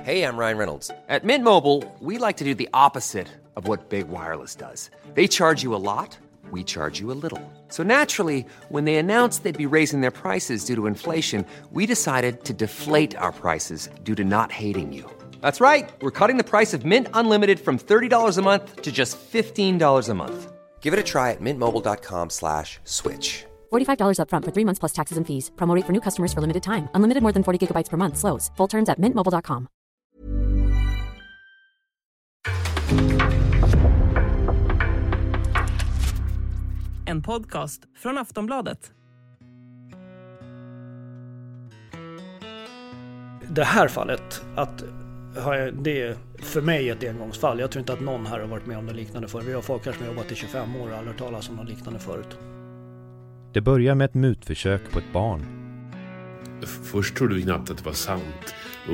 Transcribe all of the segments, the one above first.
Hey, I'm Ryan Reynolds. At Mint Mobile, we like to do the opposite of what Big Wireless does. They charge you a lot, we charge you a little. So naturally, when they announced they'd be raising their prices due to inflation, we decided to deflate our prices due to not hating you. That's right. We're cutting the price of Mint Unlimited from $30 a month to just $15 a month. Give it a try at mintmobile.com/switch. $45 up front for 3 months plus taxes and fees. Promo rate for new customers for limited time. Unlimited more than 40 gigabytes per month slows. Full terms at mintmobile.com. En podcast från Aftonbladet. Det här fallet, det är för mig ett engångsfall. Jag tror inte att någon här har varit med om det liknande förr. Vi har folk här som har jobbat i 25 år och aldrig hört talas om något liknande förut. Det börjar med ett mutförsök på ett barn. Först trodde vi knappt att det var sant.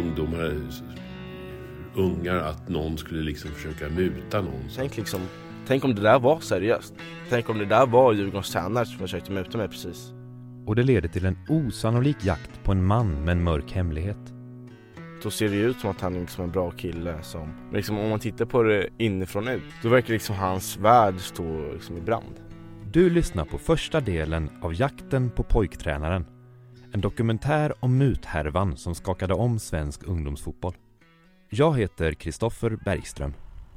Ungar, att någon skulle liksom försöka muta någon. Tänk om det där var seriöst. Tänk om det där var Djurgårdens tränare som försökte muta mig precis. Och det leder till en osannolik jakt på en man med en mörk hemlighet. Då ser det ut som att han är liksom en bra kille som... Men liksom, om man tittar på det inifrån ut, då verkar liksom hans värld stå liksom i brand. Du lyssnar på första delen av Jakten på pojktränaren. En dokumentär om muthärvan som skakade om svensk ungdomsfotboll. Jag heter Kristoffer Bergström.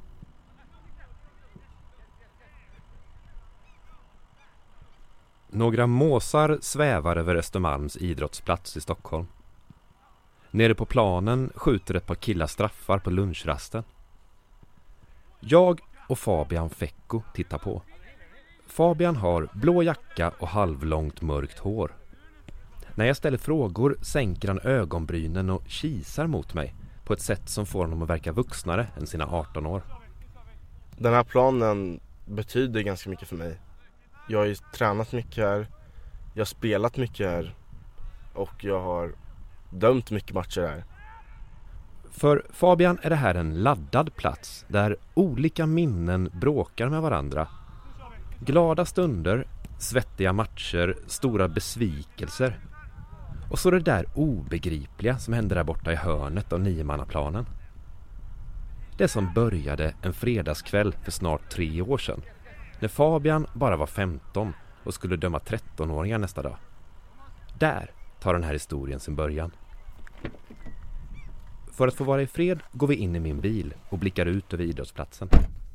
Några måsar svävar över Östermalms idrottsplats i Stockholm. Nere på planen skjuter ett par killar straffar på lunchrasten. Jag och Fabian Fecko tittar på. Fabian har blå jacka och halvlångt mörkt hår. När jag ställer frågor sänker han ögonbrynen och kisar mot mig på ett sätt som får honom att verka vuxnare än sina 18 år. Den här planen betyder ganska mycket för mig. Jag har ju tränat mycket här, jag har spelat mycket här och jag har dömt mycket matcher här. För Fabian är det här en laddad plats där olika minnen bråkar med varandra. Glada stunder, svettiga matcher, stora besvikelser. Och så det där obegripliga som hände där borta i hörnet av 9-mannaplanen. Det som började en fredagskväll för snart 3 år sedan. När Fabian bara var 15 och skulle döma 13-åringar nästa dag. Där tar den här historien sin början. För att få vara i fred går vi in i min bil och blickar ut över idrottsplatsen.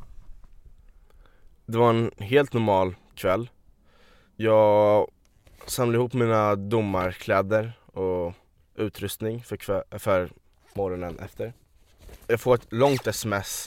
Det var en helt normal kväll. Jag samlade ihop mina domarkläder och utrustning för morgonen efter. Jag får ett långt sms.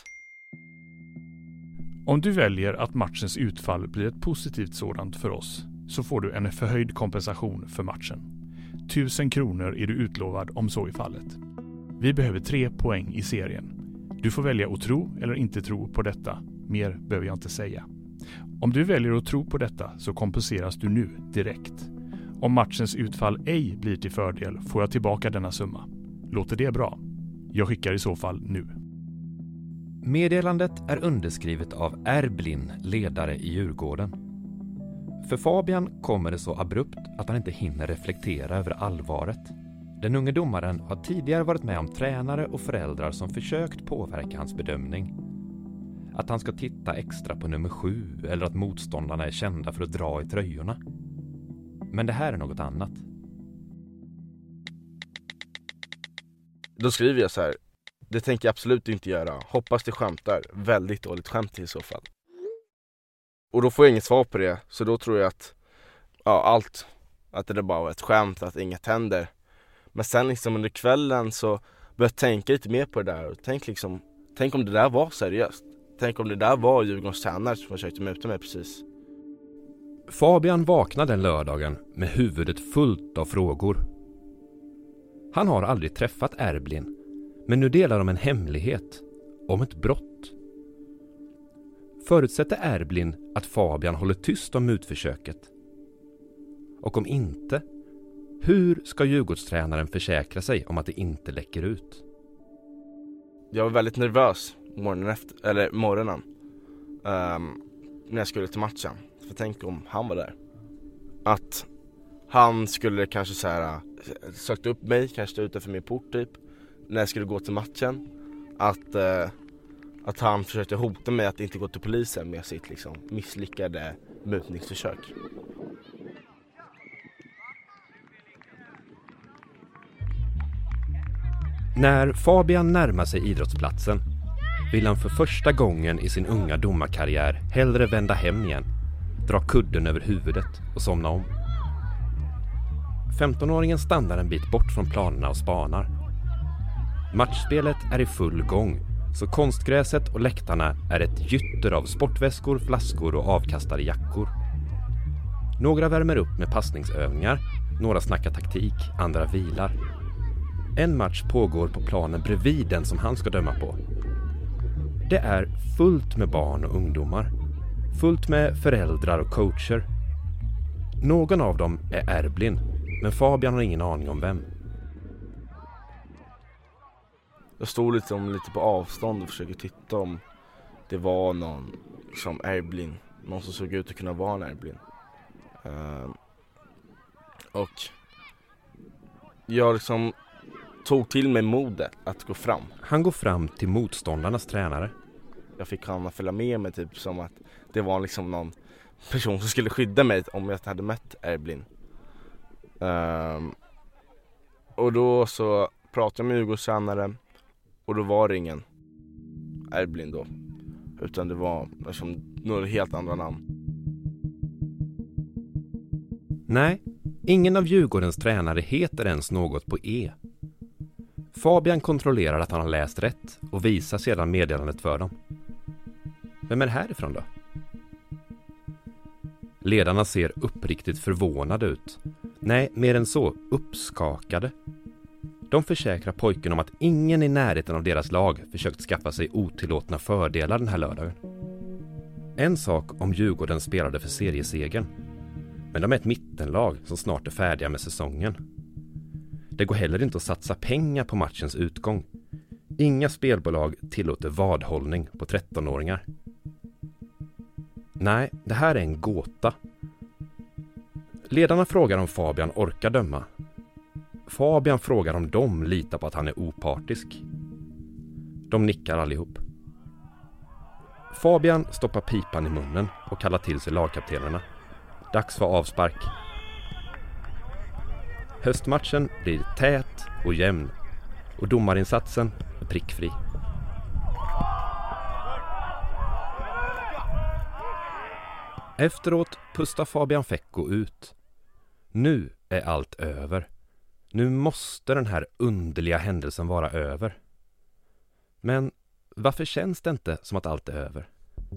Om du väljer att matchens utfall blir ett positivt sådant för oss så får du en förhöjd kompensation för matchen. 1000 kronor är du utlovad om så är fallet. Vi behöver 3 poäng i serien. Du får välja att tro eller inte tro på detta. Mer behöver jag inte säga. Om du väljer att tro på detta så kompenseras du nu direkt. Om matchens utfall ej blir till fördel får jag tillbaka denna summa. Låter det bra? Jag skickar i så fall nu. Meddelandet är underskrivet av Erblin, ledare i Djurgården. För Fabian kommer det så abrupt att han inte hinner reflektera över allvaret. Den unge domaren har tidigare varit med om tränare och föräldrar som försökt påverka hans bedömning. Att han ska titta extra på nummer 7 eller att motståndarna är kända för att dra i tröjorna. Men det här är något annat. Då skriver jag så här: det tänker jag absolut inte göra. Hoppas det skämtar. Väldigt dåligt skämt i så fall. Och då får jag inget svar på det. Så då tror jag att att det bara var ett skämt, att inget händer. Men sen liksom under kvällen så började jag tänka lite mer på det där. Och tänk om det där var seriöst. Tänk om det där var Djurgårdens tränare som försökte muta mig precis. Fabian vaknade den lördagen med huvudet fullt av frågor. Han har aldrig träffat Erblin, men nu delar de en hemlighet om ett brott. Förutsätter Erblin att Fabian håller tyst om mutförsöket? Och om inte, hur ska Djurgårdstränaren försäkra sig om att det inte läcker ut? Jag var väldigt nervös morgonen när jag skulle till matchen. För tänk om han var där. Att han skulle kanske så här sökt upp mig, kanske utanför min port typ. när jag skulle gå till matchen att han försökte hota mig att inte gå till polisen med sitt liksom misslyckade mutningsförsök. När Fabian närmar sig idrottsplatsen vill han för första gången i sin unga domarkarriär hellre vända hem igen, dra kudden över huvudet och somna om. 15-åringen stannar en bit bort från planerna och spanar. Matchspelet är i full gång, så konstgräset och läktarna är ett gytter av sportväskor, flaskor och avkastade jackor. Några värmer upp med passningsövningar, några snackar taktik, andra vilar. En match pågår på planen bredvid den som han ska döma på. Det är fullt med barn och ungdomar. Fullt med föräldrar och coacher. Någon av dem är Erblin, men Fabian har ingen aning om vem. Jag stod lite på avstånd och försökte titta om det var någon som Erblin. Någon som såg ut att kunna vara en Erblin. Och jag liksom tog till mig modet att gå fram. Han går fram till motståndarnas tränare. Jag fick han följa med mig typ som att det var liksom någon person som skulle skydda mig om jag hade mött Erblin. Och då så pratade jag med Djurgårdstränaren och då var det ingen Erblin då. Utan det var liksom några helt andra namn. Nej, ingen av Djurgårdens tränare heter ens något på E. Fabian kontrollerar att han har läst rätt och visar sedan meddelandet för dem. Vem är det härifrån då? Ledarna ser uppriktigt förvånade ut. Nej, mer än så, uppskakade. De försäkrar pojken om att ingen i närheten av deras lag försökt skaffa sig otillåtna fördelar den här lördagen. En sak om Djurgården spelade för seriesegern. Men de är ett mittenlag som snart är färdiga med säsongen. Det går heller inte att satsa pengar på matchens utgång. Inga spelbolag tillåter vadhållning på 13-åringar. Nej, det här är en gåta. Ledarna frågar om Fabian orkar döma. Fabian frågar om de litar på att han är opartisk. De nickar allihop. Fabian stoppar pipan i munnen och kallar till sig lagkaptenerna. Dags för avspark. Höstmatchen blir tät och jämn och domarinsatsen är prickfri. Efteråt pustar Fabian Fecko ut. Nu är allt över. Nu måste den här underliga händelsen vara över. Men varför känns det inte som att allt är över?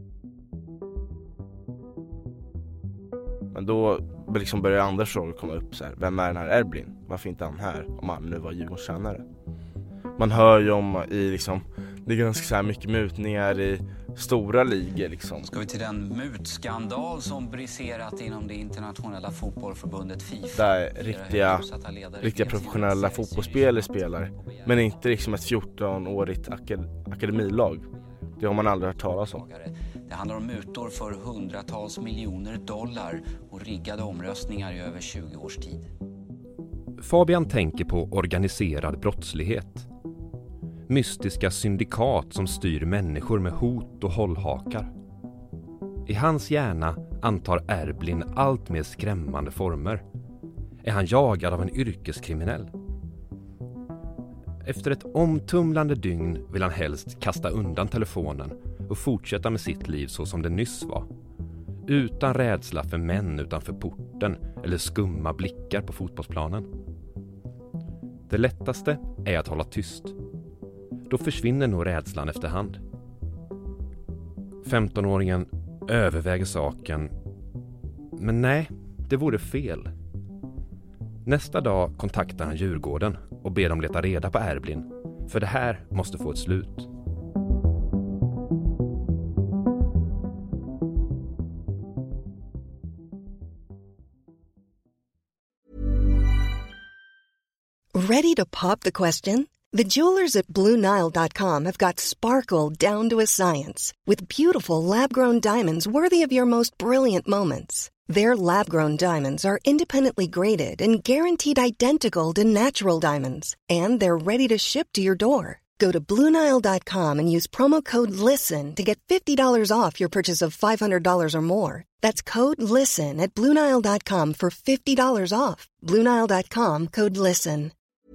Men då liksom börjar andra frågor komma upp så här. Vem är den här Erblin? Varför inte han här om han nu var Djurgårdstränare? Man hör ju om i liksom, det är ganska så här mycket mutningar i stora ligor liksom. Ska vi till den mutskandal som briserat inom det internationella fotbollförbundet FIFA? Där riktiga professionella fotbollsspelare spelar. Men inte liksom ett 14-årigt akademilag. Det har man aldrig hört talas om. Det handlar om mutor för hundratals miljoner dollar och riggade omröstningar i över 20 års tid. Fabian tänker på organiserad brottslighet. Mystiska syndikat som styr människor med hot och hållhakar. I hans hjärna antar Erblin allt mer skrämmande former. Är han jagad av en yrkeskriminell? Efter ett omtumlande dygn vill han helst kasta undan telefonen och fortsätta med sitt liv så som det nyss var. Utan rädsla för män utanför porten eller skumma blickar på fotbollsplanen. Det lättaste är att hålla tyst. Då försvinner nog rädslan efterhand. 15-åringen överväger saken. Men nej, det vore fel. Nästa dag kontaktar han Djurgården och ber dem leta reda på Erblin. För det här måste få ett slut. Ready to pop the question? The jewelers at BlueNile.com have got sparkle down to a science with beautiful lab-grown diamonds worthy of your most brilliant moments. Their lab-grown diamonds are independently graded and guaranteed identical to natural diamonds. And they're ready to ship to your door. Go to BlueNile.com and use promo code LISTEN to get $50 off your purchase of $500 or more. That's code LISTEN at BlueNile.com for $50 off. BlueNile.com, code LISTEN.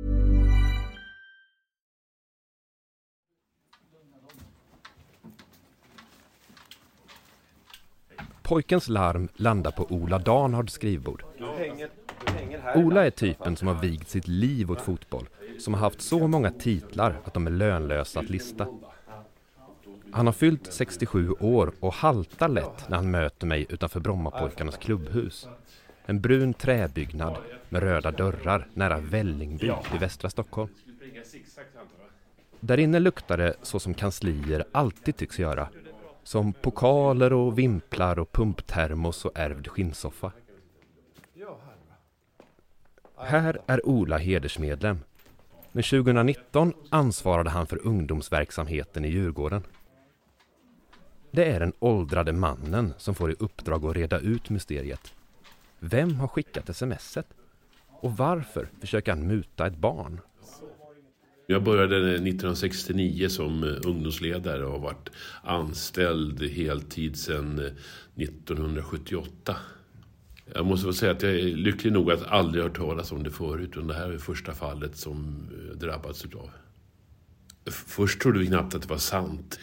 Pojkens larm landar på Ola Danhards skrivbord. Ola är typen som har vigt sitt liv åt fotboll, som har haft så många titlar att de är lönlösa att lista. Han har fyllt 67 år och haltar lätt när han möter mig utanför Brommapojkarnas klubbhus. En brun träbyggnad med röda dörrar nära Vällingby i västra Stockholm. Där inne luktar det så som kanslier alltid tycks göra. Som pokaler och vimplar och pumptermos och ärvd skinnsoffa. Här är Ola hedersmedlem. Men 2019 ansvarade han för ungdomsverksamheten i Djurgården. Det är den åldrade mannen som får i uppdrag att reda ut mysteriet. Vem har skickat sms:et? Och varför försöker han muta ett barn? Jag började 1969 som ungdomsledare och har varit anställd heltid sedan 1978. Jag måste väl säga att jag är lycklig nog att aldrig hört talas om det förut. Och det här är första fallet som drabbats utav. Först trodde vi knappt att det var sant.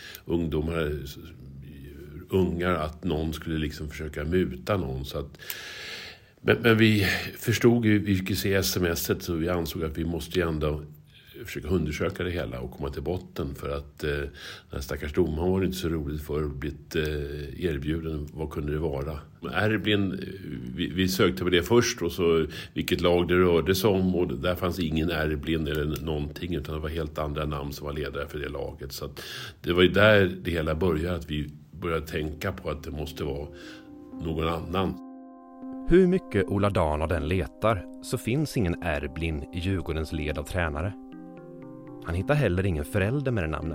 Ungar, att någon skulle liksom försöka muta någon. Så att, men vi förstod ju, vi fick se sms:et, så vi ansåg att vi måste ju ändå försöka undersöka det hela och komma till botten, för att den här stackars domaren var det inte så roligt för att blivit erbjuden. Vad kunde det vara? Erblin, vi sökte på det först, och så vilket lag det rörde sig om, och där fanns ingen Erblin eller någonting, utan det var helt andra namn som var ledare för det laget. Så att det var ju där det hela började, att vi började tänka på att det måste vara någon annan. Hur mycket Ola Danhard den letar så finns ingen Erblin i Djurgårdens led av tränare. Han hittar heller ingen förälder med det namnet.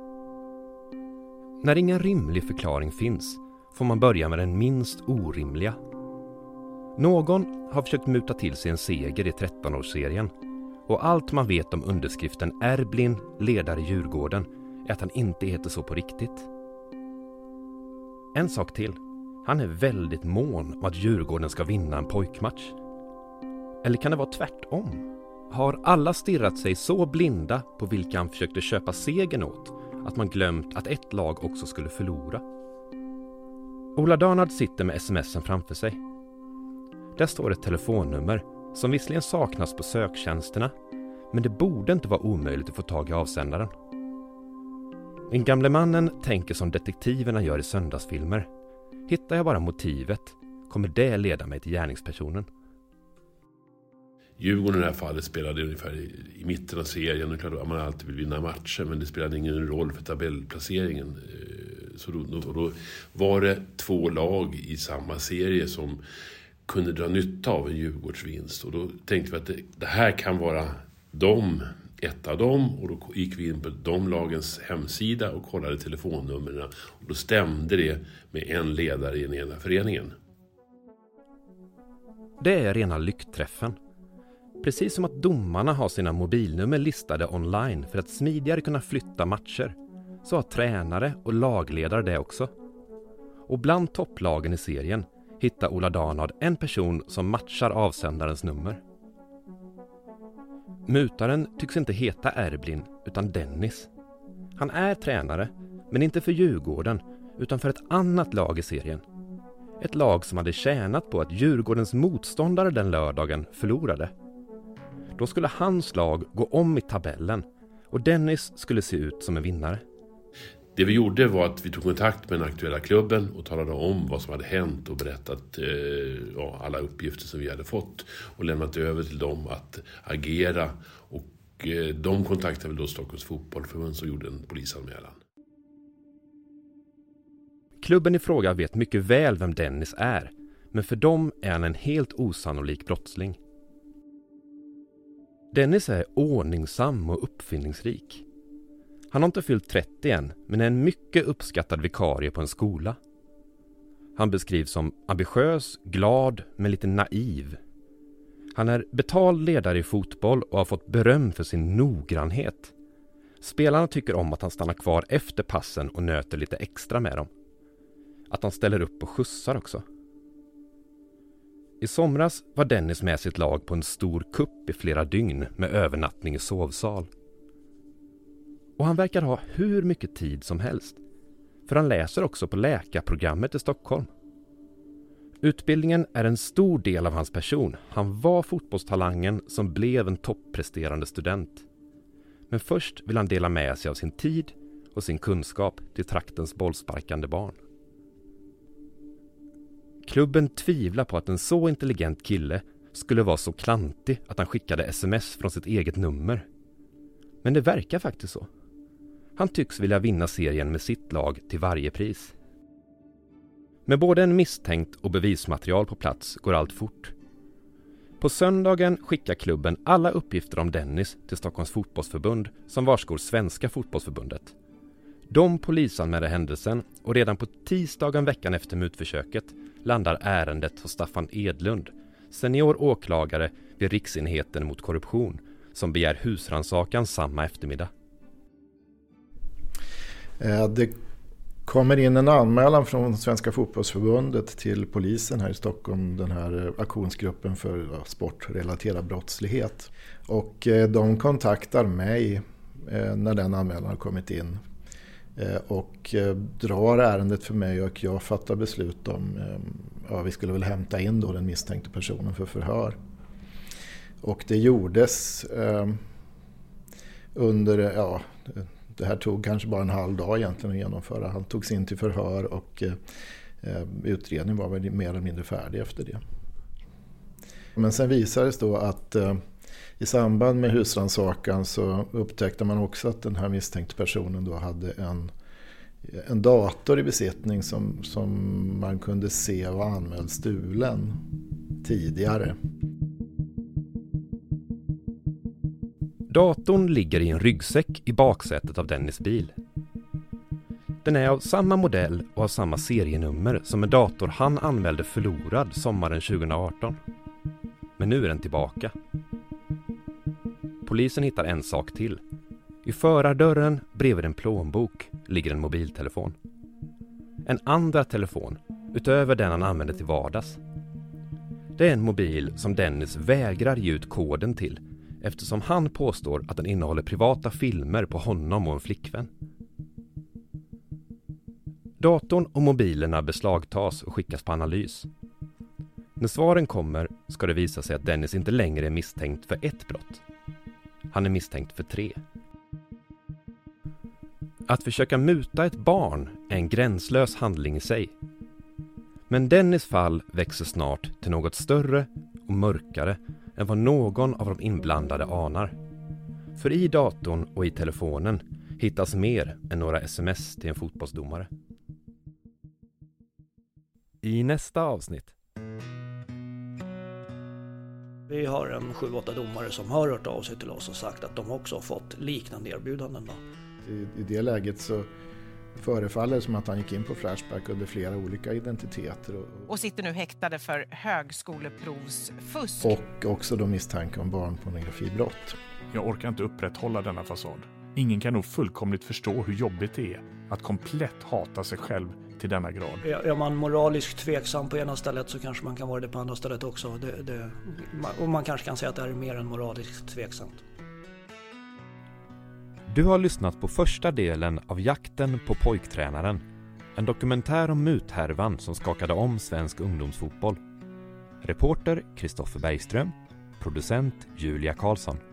När ingen rimlig förklaring finns får man börja med den minst orimliga. Någon har försökt muta till sig en seger i 13-årsserien, och allt man vet om underskriften Erblin, ledare i Djurgården, är att han inte heter så på riktigt. En sak till. Han är väldigt mån om att Djurgården ska vinna en pojkmatch. Eller kan det vara tvärtom? Har alla stirrat sig så blinda på vilka han försökte köpa segern åt att man glömt att ett lag också skulle förlora? Ola Danhard sitter med sms:en framför sig. Där står ett telefonnummer som visserligen saknas på söktjänsterna, men det borde inte vara omöjligt att få tag i avsändaren. Den gamle mannen tänker som detektiverna gör i söndagsfilmer. Hittar jag bara motivet kommer det leda mig till gärningspersonen. Djurgården i det här fallet spelade ungefär i mitten av serien. Och man alltid vill vinna matcher, men det spelade ingen roll för tabellplaceringen. Så då var det 2 lag i samma serie som kunde dra nytta av en Djurgårdsvinst. Och då tänkte vi att det här kan vara ett av dem, och då gick vi in på de lagens hemsida och kollade telefonnumren, och då stämde det med en ledare i den ena föreningen. Det är rena lyckträffen. Precis som att domarna har sina mobilnummer listade online för att smidigare kunna flytta matcher, så har tränare och lagledare det också. Och bland topplagen i serien hittar Ola Danhard en person som matchar avsändarens nummer. Mutaren tycks inte heta Erblin utan Dennis. Han är tränare, men inte för Djurgården utan för ett annat lag i serien. Ett lag som hade tjänat på att Djurgårdens motståndare den lördagen förlorade. Då skulle hans lag gå om i tabellen, och Dennis skulle se ut som en vinnare. Det vi gjorde var att vi tog kontakt med den aktuella klubben och talade om vad som hade hänt och berättat alla uppgifter som vi hade fått, och lämnat över till dem att agera. Och de kontaktade väl då Stockholms fotbollförbund som gjorde en polisanmälan. Klubben i fråga vet mycket väl vem Dennis är, men för dem är han en helt osannolik brottsling. Dennis är ordningsam och uppfinningsrik. Han har inte fyllt 30 än, men är en mycket uppskattad vikarie på en skola. Han beskrivs som ambitiös, glad men lite naiv. Han är betald ledare i fotboll och har fått beröm för sin noggrannhet. Spelarna tycker om att han stannar kvar efter passen och nöter lite extra med dem. Att han ställer upp och skjutsar också. I somras var Dennis med sitt lag på en stor kupp i flera dygn med övernattning i sovsal. Och han verkar ha hur mycket tid som helst. För han läser också på läkarprogrammet i Stockholm. Utbildningen är en stor del av hans person. Han var fotbollstalangen som blev en toppresterande student. Men först vill han dela med sig av sin tid och sin kunskap till traktens bollsparkande barn. Klubben tvivlar på att en så intelligent kille skulle vara så klantig att han skickade sms från sitt eget nummer. Men det verkar faktiskt så. Han tycks vilja vinna serien med sitt lag till varje pris. Med både en misstänkt och bevismaterial på plats går allt fort. På söndagen skickar klubben alla uppgifter om Dennis till Stockholms fotbollsförbund som varskor Svenska fotbollsförbundet. De polisanmälde händelsen och redan på tisdagen veckan efter mutförsöket landar ärendet hos Staffan Edlund, senior åklagare vid Riksenheten mot korruption, som begär husrannsakan samma eftermiddag. Det kommer in en anmälan från Svenska fotbollsförbundet till polisen här i Stockholm, den här aktionsgruppen för sportrelaterad brottslighet. Och de kontaktar mig när den anmälan har kommit in och drar ärendet för mig, och jag fattar beslut om vi skulle väl hämta in då den misstänkte personen för förhör. Och det gjordes under, det här tog kanske bara en halv dag egentligen att genomföra. Han togs in till förhör och utredningen var väl mer eller mindre färdig efter det. Men sen visades då att i samband med husrannsakan så upptäckte man också att den här misstänkte personen då hade en dator i besittning som man kunde se var anmäld stulen tidigare. Datorn ligger i en ryggsäck i baksätet av Dennis bil. Den är av samma modell och av samma serienummer som en dator han anmälde förlorad sommaren 2018. Men nu är den tillbaka. Polisen hittar en sak till. I förardörren bredvid en plånbok ligger en mobiltelefon. En andra telefon, utöver den han använde till vardags. Det är en mobil som Dennis vägrar ge ut koden till, eftersom han påstår att den innehåller privata filmer på honom och en flickvän. Datorn och mobilerna beslagtas och skickas på analys. När svaren kommer ska det visa sig att Dennis inte längre är misstänkt för ett brott. Han är misstänkt för 3. Att försöka muta ett barn är en gränslös handling i sig. Men Dennis fall växer snart till något större och mörkare än vad någon av de inblandade anar. För i datorn och i telefonen hittas mer än några sms till en fotbollsdomare. I nästa avsnitt. Vi har en 7-8 domare som har hört av sig till oss och sagt att de också har fått liknande erbjudanden då. I det läget så förefaller det som att han gick in på Flashback under flera olika identiteter. Och sitter nu häktade för högskoleprovsfusk. Och också då misstanke om barnpornografibrott. Jag orkar inte upprätthålla denna fasad. Ingen kan nog fullkomligt förstå hur jobbigt det är att komplett hata sig själv till denna grad. Är man moraliskt tveksam på ena stället så kanske man kan vara det på andra stället också. Och man kanske kan säga att det är mer än moraliskt tveksamt. Du har lyssnat på första delen av Jakten på pojktränaren. En dokumentär om muthärvan som skakade om svensk ungdomsfotboll. Reporter Kristoffer Bergström. Producent Julia Karlsson.